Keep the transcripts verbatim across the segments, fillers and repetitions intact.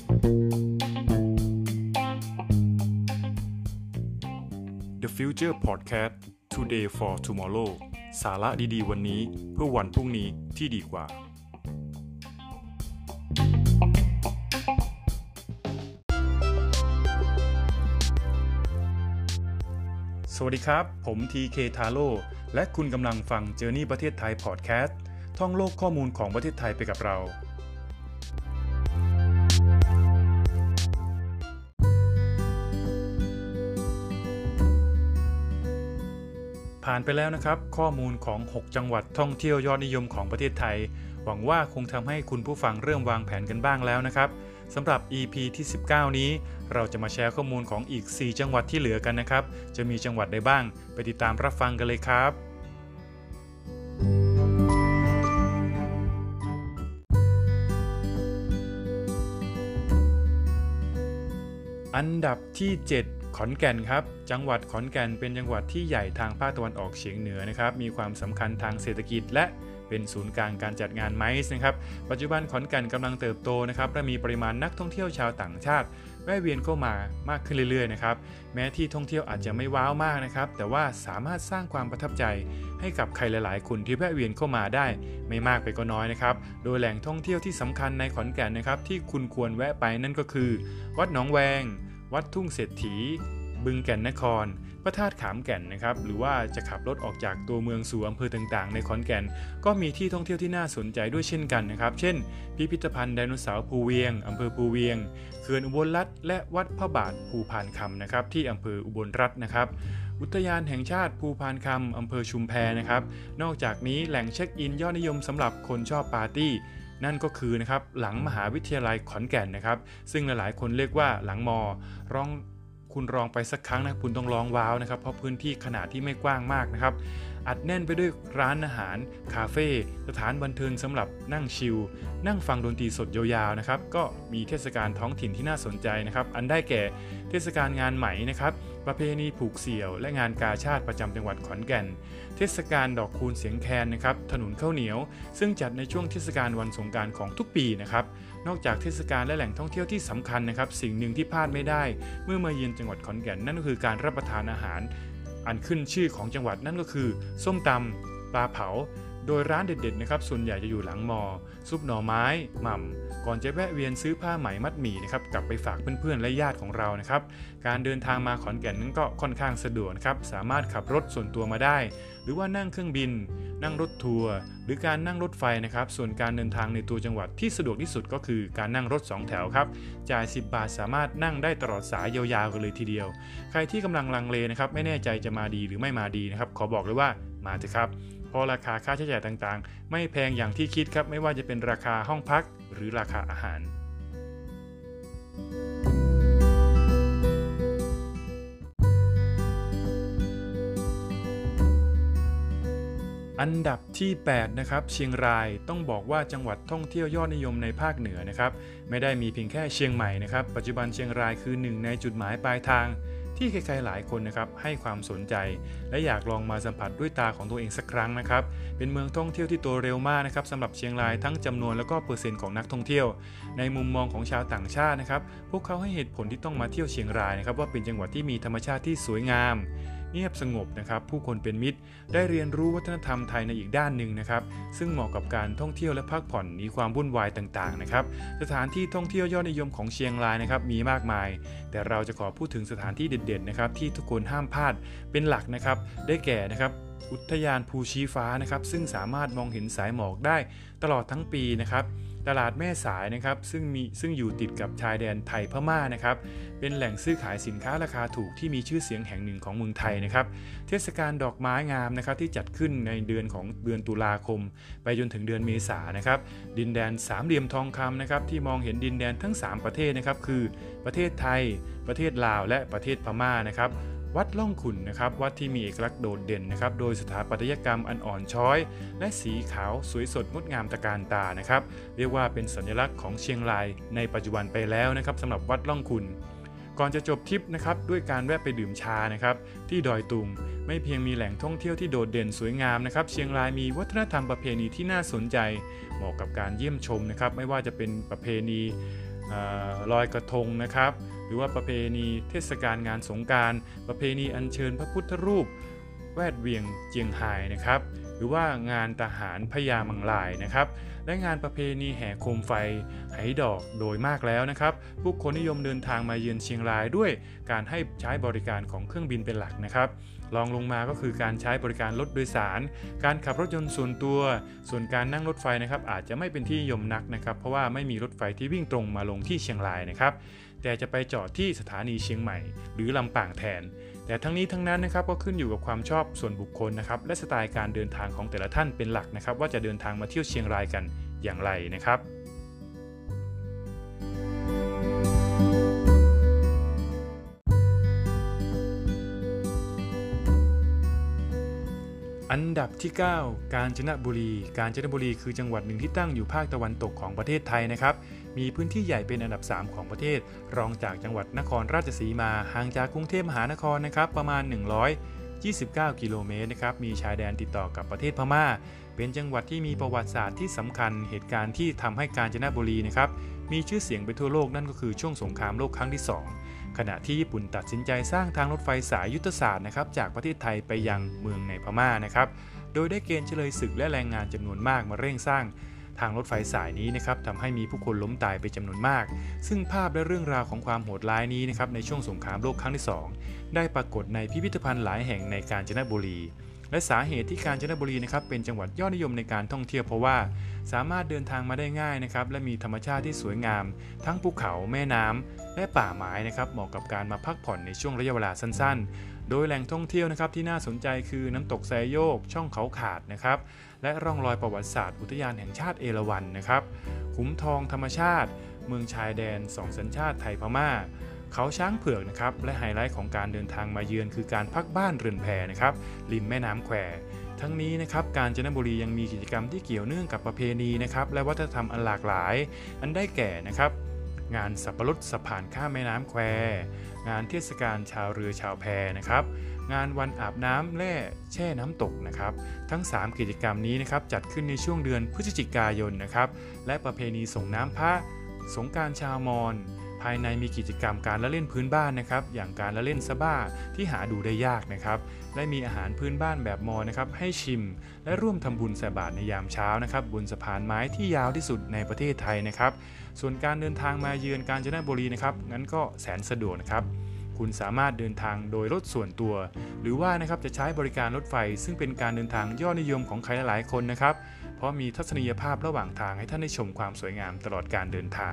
The Future Podcast Today for Tomorrow สาระดีๆวันนี้เพื่อวันพรุ่งนี้ที่ดีกว่าสวัสดีครับผม ที เค Taro และคุณกำลังฟัง Journey ประเทศไทย Podcast ท่องโลกข้อมูลของประเทศไทยไปกับเราผ่านไปแล้วนะครับข้อมูลของหกจังหวัดท่องเที่ยวยอดนิยมของประเทศไทยหวังว่าคงทำให้คุณผู้ฟังเริ่มวางแผนกันบ้างแล้วนะครับสำหรับ อี พี ที่สิบเก้านี้เราจะมาแชร์ข้อมูลของอีกสี่จังหวัดที่เหลือกันนะครับจะมีจังหวัดใดบ้างไปติดตามรับฟังกันเลยครับอันดับที่เจ็ดขอนแก่นครับจังหวัดขอนแก่นเป็นจังหวัดที่ใหญ่ทางภาคตะวันออกเฉียงเหนือนะครับมีความสำคัญทางเศรษฐกิจและเป็นศูนย์กลางการจัดงานไมซ์นะครับปัจจุบันขอนแก่นกำลังเติบโตนะครับและมีปริมาณนักท่องเที่ยวชาวต่างชาติแวะเวียนเข้ามามากขึ้นเรื่อยๆนะครับแม้ที่ท่องเที่ยวอาจจะไม่ว้าวมากนะครับแต่ว่าสามารถสร้างความประทับใจให้กับใครหลายๆคนที่แวะเวียนเข้ามาได้ไม่มากไปก็น้อยนะครับโดยแหล่งท่องเที่ยวที่สำคัญในขอนแก่นนะครับที่คุณควรแวะไปนั่นก็คือวัดหนองแวงวัดทุ่งเศรษฐีบึงแก่นนครพระธาตุขามแก่นนะครับหรือว่าจะขับรถออกจากตัวเมืองสู่อำเภอต่างๆในขอนแก่นก็มีที่ท่องเที่ยวที่น่าสนใจด้วยเช่นกันนะครับเช่นพิพิธภัณฑ์ไดโนเสาร์ภูเวียงอำเภอภูเวียงเขื่อนอุบลรัตน์และวัดพระบาทภูพานคำนะครับที่อำเภออุบลรัตน์นะครับอุทยานแห่งชาติภูพานคำอำเภอชุมแพนะครับนอกจากนี้แหล่งเช็คอินยอดนิยมสำหรับคนชอบปาร์ตี้นั่นก็คือนะครับหลังมหาวิทยาลัยขอนแก่นนะครับซึ่งหลายๆคนเรียกว่าหลังมอรองคุณลองไปสักครั้งนะคุณต้องลองว้าวนะครับเพราะพื้นที่ขนาดที่ไม่กว้างมากนะครับอัดแน่นไปด้วยร้านอาหารคาเฟ่สถานบันเทิงสำหรับนั่งชิลนั่งฟังดนตรีสดยาวๆนะครับก็มีเทศกาลท้องถิ่นที่น่าสนใจนะครับอันได้แก่เทศกาลงานไหมนะครับประเพณีผูกเสี่ยวและงานกาชาติประจำจังหวัดขอนแก่นเทศกาลดอกคูณเสียงแคนนะครับถนนข้าวเหนียวซึ่งจัดในช่วงเทศกาลวันสงกรานต์ของทุกปีนะครับนอกจากเทศกาลและแหล่งท่องเที่ยวที่สำคัญนะครับสิ่งหนึ่งที่พลาดไม่ได้เมื่อมาเยือนจังหวัดขอนแก่นนั่นก็คือการรับประทานอาหารอันขึ้นชื่อของจังหวัดนั่นก็คือส้มตำปลาเผาโดยร้านเด็ดๆนะครับส่วนใหญ่จะอยู่หลังมอซุปหน่อไม้หม่ำก่อนจะแวะเวียนซื้อผ้าไหมมัดหมี่นะครับกลับไปฝากเพื่อนๆและญาติของเรานะครับการเดินทางมาขอนแก่นนั้นก็ค่อนข้างสะดวกนะครับสามารถขับรถส่วนตัวมาได้หรือว่านั่งเครื่องบินนั่งรถทัวร์หรือการนั่งรถไฟนะครับส่วนการเดินทางในตัวจังหวัดที่สะดวกที่สุดก็คือการนั่งรถสองแถวครับจ่ายสิบบาทสามารถนั่งได้ตลอดสายยาวๆกันเลยทีเดียวใครที่กำลังลังเลนะครับไม่แน่ใจจะมาดีหรือไม่มาดีนะครับขอบอกเลยว่ามาเถอะครับเพราะราคาค่าใช้จ่ายต่างๆไม่แพงอย่างที่คิดครับไม่ว่าจะเป็นราคาห้องพักหรือราคาอาหารอันดับที่แปดนะครับเชียงรายต้องบอกว่าจังหวัดท่องเที่ยวยอดนิยมในภาคเหนือนะครับไม่ได้มีเพียงแค่เชียงใหม่นะครับปัจจุบันเชียงรายคือหนึ่งในจุดหมายปลายทางที่ใครๆหลายคนนะครับให้ความสนใจและอยากลองมาสัมผัสด้วยตาของตัวเองสักครั้งนะครับเป็นเมืองท่องเที่ยวที่โตเร็วมากนะครับสำหรับเชียงรายทั้งจำนวนและก็เปอร์เซ็นต์ของนักท่องเที่ยวในมุมมองของชาวต่างชาตินะครับพวกเขาให้เหตุผลที่ต้องมาเที่ยวเชียงรายนะครับว่าเป็นจังหวัดที่มีธรรมชาติที่สวยงามเงียบสงบนะครับผู้คนเป็นมิตรได้เรียนรู้วัฒนธรรมไทยในอีกด้านหนึ่งนะครับซึ่งเหมาะกับการท่องเที่ยวและพักผ่อนหนีความวุ่นวายต่างๆนะครับสถานที่ท่องเที่ยวยอดนิยมของเชียงรายนะครับมีมากมายแต่เราจะขอพูดถึงสถานที่เด็ดๆนะครับที่ทุกคนห้ามพลาดเป็นหลักนะครับได้แก่นะครับอุทยานภูชี้ฟ้านะครับซึ่งสามารถมองเห็นสายหมอกได้ตลอดทั้งปีนะครับตลาดแม่สายนะครับซึ่งมีซึ่งอยู่ติดกับชายแดนไทยพม่านะครับเป็นแหล่งซื้อขายสินค้าราคาถูกที่มีชื่อเสียงแห่งหนึ่งของเมืองไทยนะครับเทศกาลดอกไม้งามนะครับที่จัดขึ้นในเดือนของเดือนตุลาคมไปจนถึงเดือนเมษายนนะครับดินแดนสามเหลี่ยมทองคำนะครับที่มองเห็นดินแดนทั้งสามประเทศนะครับคือประเทศไทยประเทศลาวและประเทศพม่านะครับวัดล่องขุ่นนะครับวัดที่มีเอกลักษณ์โดดเด่นนะครับโดยสถาปัตยกรรมอันอ่อนช้อยและสีขาวสวยสดงดงามตระการตานะครับเรียกว่าเป็นสัญลักษณ์ของเชียงรายในปัจจุบันไปแล้วนะครับสำหรับวัดล่องขุ่นก่อนจะจบทริปนะครับด้วยการแวะไปดื่มชานะครับที่ดอยตุงไม่เพียงมีแหล่งท่องเที่ยวที่โดดเด่นสวยงามนะครับเชียงรายมีวัฒนธรรมประเพณีที่น่าสนใจเหมาะกับการเยี่ยมชมนะครับไม่ว่าจะเป็นประเพณีลอยกระทงนะครับหรือว่าประเพณีเทศกาลงานสงกรานต์ประเพณีอัญเชิญพระพุทธรูปแวดเวียงเจียงไฮ้นะครับหรือว่างานทหารพญามังลายนะครับและงานประเพณีแห่โคมไฟไหดอกโดยมากแล้วนะครับผู้คนนิยมเดินทางมาเยือนเชียงรายด้วยการให้ใช้บริการของเครื่องบินเป็นหลักนะครับรองลงมาก็คือการใช้บริการรถโดยสารการขับรถยนต์ส่วนตัวส่วนการนั่งรถไฟนะครับอาจจะไม่เป็นที่นิยมนักนะครับเพราะว่าไม่มีรถไฟที่วิ่งตรงมาลงที่เชียงรายนะครับแต่จะไปจอดที่สถานีเชียงใหม่หรือลำปางแทนแต่ทั้งนี้ทั้งนั้นนะครับก็ขึ้นอยู่กับความชอบส่วนบุคคลนะครับและสไตล์การเดินทางของแต่ละท่านเป็นหลักนะครับว่าจะเดินทางมาเที่ยวเชียงรายกันอย่างไรนะครับอันดับที่เก้ากาญจนบุรีกาญจนบุรีคือจังหวัดหนึ่งที่ตั้งอยู่ภาคตะวันตกของประเทศไทยนะครับมีพื้นที่ใหญ่เป็นอันดับสามของประเทศรองจากจังหวัดนครราชสีมาห่างจากกรุงเทพมหานครนะครับประมาณหนึ่งร้อยยี่สิบเก้ากิโลเมตรนะครับมีชายแดนติดต่อกับประเทศพม่าเป็นจังหวัดที่มีประวัติศาสตร์ที่สำคัญเหตุการณ์ที่ทำให้กาญจนบุรีนะครับมีชื่อเสียงไปทั่วโลกนั่นก็คือช่วงสงครามโลกครั้งที่สองขณะที่ญี่ปุ่นตัดสินใจสร้างทางรถไฟสายยุทธศาสตร์นะครับจากประเทศไทยไปยังเมืองในพม่านะครับโดยได้เกณฑ์เฉลยศึกและแรงงานจำนวนมากมาเร่งสร้างทางรถไฟสายนี้นะครับทำให้มีผู้คนล้มตายไปจำนวนมากซึ่งภาพและเรื่องราวของความโหดร้ายนี้นะครับในช่วงสงครามโลกครั้งที่สองได้ปรากฏในพิพิธภัณฑ์หลายแห่งในกาญจนบุรีและสาเหตุที่กาญจนบุรีนะครับเป็นจังหวัดยอดนิยมในการท่องเที่ยวเพราะว่าสามารถเดินทางมาได้ง่ายนะครับและมีธรรมชาติที่สวยงามทั้งภูเขาแม่น้ำและป่าไม้นะครับเหมาะกับการมาพักผ่อนในช่วงระยะเวลาสั้นๆโดยแหล่งท่องเที่ยวนะครับที่น่าสนใจคือน้ำตกไซโยกช่องเขาขาดนะครับและร่องรอยประวัติศาสตร์อุทยานแห่งชาติเอราวัณนะครับขุมทองธรรมชาติเมืองชายแดนสองสัญชาติไทยพม่าเขาช้างเผือกนะครับและไฮไลท์ของการเดินทางมาเยือนคือการพักบ้านเรือนแพนะครับริมแม่น้ำแควทั้งนี้นะครับกาญจนบุรียังมีกิจกรรมที่เกี่ยวเนื่องกับประเพณีนะครับและวัฒนธรรมอันหลากหลายอันได้แก่นะครับงานสับปะรดสะพานข้ามแม่น้ำแควงานเทศกาลชาวเรือชาวแพนะครับงานวันอาบน้ำแร่แช่น้ำตกนะครับทั้งสามกิจกรรมนี้นะครับจัดขึ้นในช่วงเดือนพฤศจิกายนนะครับและประเพณีส่งน้ำพระสงกรานต์ชาวมอญภายในมีกิจกรรมการละเล่นพื้นบ้านนะครับอย่างการละเล่นซะบ้าที่หาดูได้ยากนะครับและมีอาหารพื้นบ้านแบบมอญนะครับให้ชิมและร่วมทำบุญใส่บาตรในยามเช้านะครับบนสะพานไม้ที่ยาวที่สุดในประเทศไทยนะครับส่วนการเดินทางมาเยือนกาญจนบุรีนะครับงั้นก็แสนสะดวกนะครับคุณสามารถเดินทางโดยรถส่วนตัวหรือว่านะครับจะใช้บริการรถไฟซึ่งเป็นการเดินทางยอดนิยมของใครหลายคนนะครับเพราะมีทัศนียภาพระหว่างทางให้ท่านได้ชมความสวยงามตลอดการเดินทาง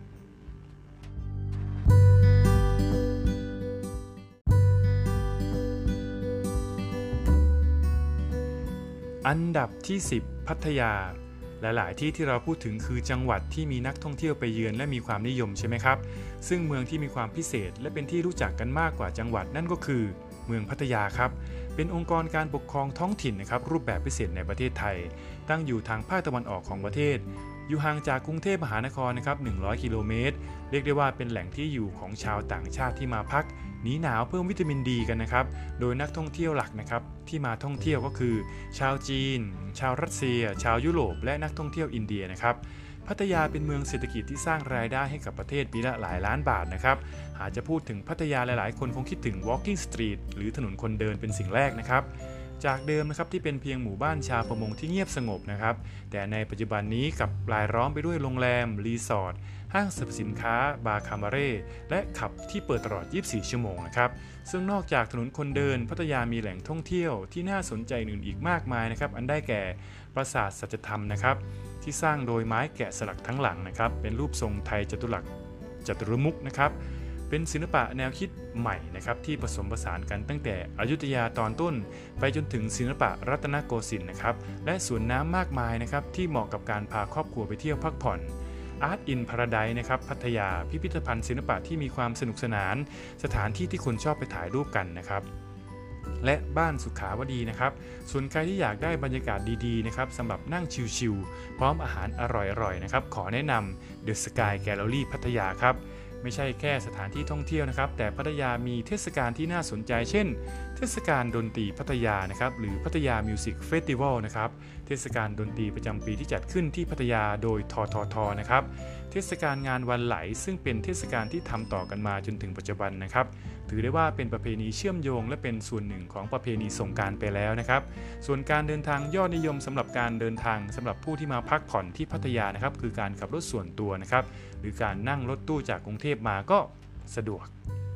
อันดับที่สิบพัทยาและหลายที่ที่เราพูดถึงคือจังหวัดที่มีนักท่องเที่ยวไปเยือนและมีความนิยมใช่ไหมครับซึ่งเมืองที่มีความพิเศษและเป็นที่รู้จักกันมากกว่าจังหวัดนั่นก็คือเมืองพัทยาครับเป็นองค์กรการปกครองท้องถิ่นนะครับรูปแบบพิเศษในประเทศไทยตั้งอยู่ทางภาคตะวันออกของประเทศอยู่ห่างจากกรุงเทพมหานครนะครับหนึ่งร้อยกิโลเมตรเรียกได้ว่าเป็นแหล่งที่อยู่ของชาวต่างชาติที่มาพักหนีหนาวเพิ่มวิตามินดีกันนะครับโดยนักท่องเที่ยวหลักนะครับที่มาท่องเที่ยวก็คือชาวจีนชาวรัสเซียชาวยุโรปและนักท่องเที่ยวอินเดียนะครับพัทยาเป็นเมืองเศรษฐกิจที่สร้างรายได้ให้กับประเทศปีละหลายล้านบาทนะครับหากจะพูดถึงพัทยาหลายๆคนคงคิดถึง Walking Street หรือถนนคนเดินเป็นสิ่งแรกนะครับจากเดิมนะครับที่เป็นเพียงหมู่บ้านชาวประมงที่เงียบสงบนะครับแต่ในปัจจุบันนี้กลับรายล้อมไปด้วยโรงแรมรีสอร์ทห้างสรรพสินค้าบาร์คาบาเร่และขับที่เปิดตลอดยี่สิบสี่ชั่วโมงนะครับซึ่งนอกจากถนนคนเดินพัทยามีแหล่งท่องเที่ยวที่น่าสนใจอื่นอีกมากมายนะครับอันได้แก่ปราสาทสัจธรรมนะครับที่สร้างโดยไม้แกะสลักทั้งหลังนะครับเป็นรูปทรงไทยจัตุรัสจัตุรมุขนะครับเป็นศิลปะแนวคิดใหม่นะครับที่ผสมผสานกันตั้งแต่อยุธยาตอนต้นไปจนถึงศิลปะรัตนโกสินทร์นะครับและสวนน้ำมากมายนะครับที่เหมาะกับการพาครอบครัวไปเที่ยวพักผ่อน Art in Paradise นะครับพัทยาพิพิธภัณฑ์ศิลปะที่มีความสนุกสนานสถานที่ที่คนชอบไปถ่ายรูปกันนะครับและบ้านสุขาวดีนะครับส่วนใครที่อยากได้บรรยากาศดีๆนะครับสำหรับนั่งชิลๆพร้อมอาหารอร่อยๆนะครับขอแนะนำ The Sky Gallery พัทยาครับไม่ใช่แค่สถานที่ท่องเที่ยวนะครับแต่พัทยามีเทศกาลที่น่าสนใจเช่นเทศกาลดนตรีพัทยานะครับหรือพัทยามิวสิกเฟสติวัลนะครับเทศกาลดนตรีประจำปีที่จัดขึ้นที่พัทยาโดยทททนะครับเทศกาลงานวันไหลซึ่งเป็นเทศกาลที่ทำต่อกันมาจนถึงปัจจุบันนะครับถือได้ว่าเป็นประเพณีเชื่อมโยงและเป็นส่วนหนึ่งของประเพณีสงกรานต์ไปแล้วนะครับส่วนการเดินทางยอดนิยมสำหรับการเดินทางสำหรับผู้ที่มาพักผ่อนที่พัทยานะครับคือการขับรถส่วนตัวนะครับหรือการนั่งรถตู้จากกรุงเทพมาก็สะดวก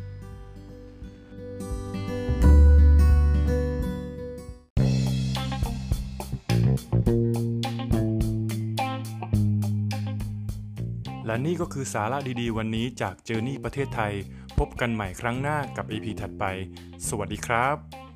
และนี่ก็คือสาระดีๆวันนี้จาก Journey ประเทศไทยพบกันใหม่ครั้งหน้ากับ อี พี ถัดไปสวัสดีครับ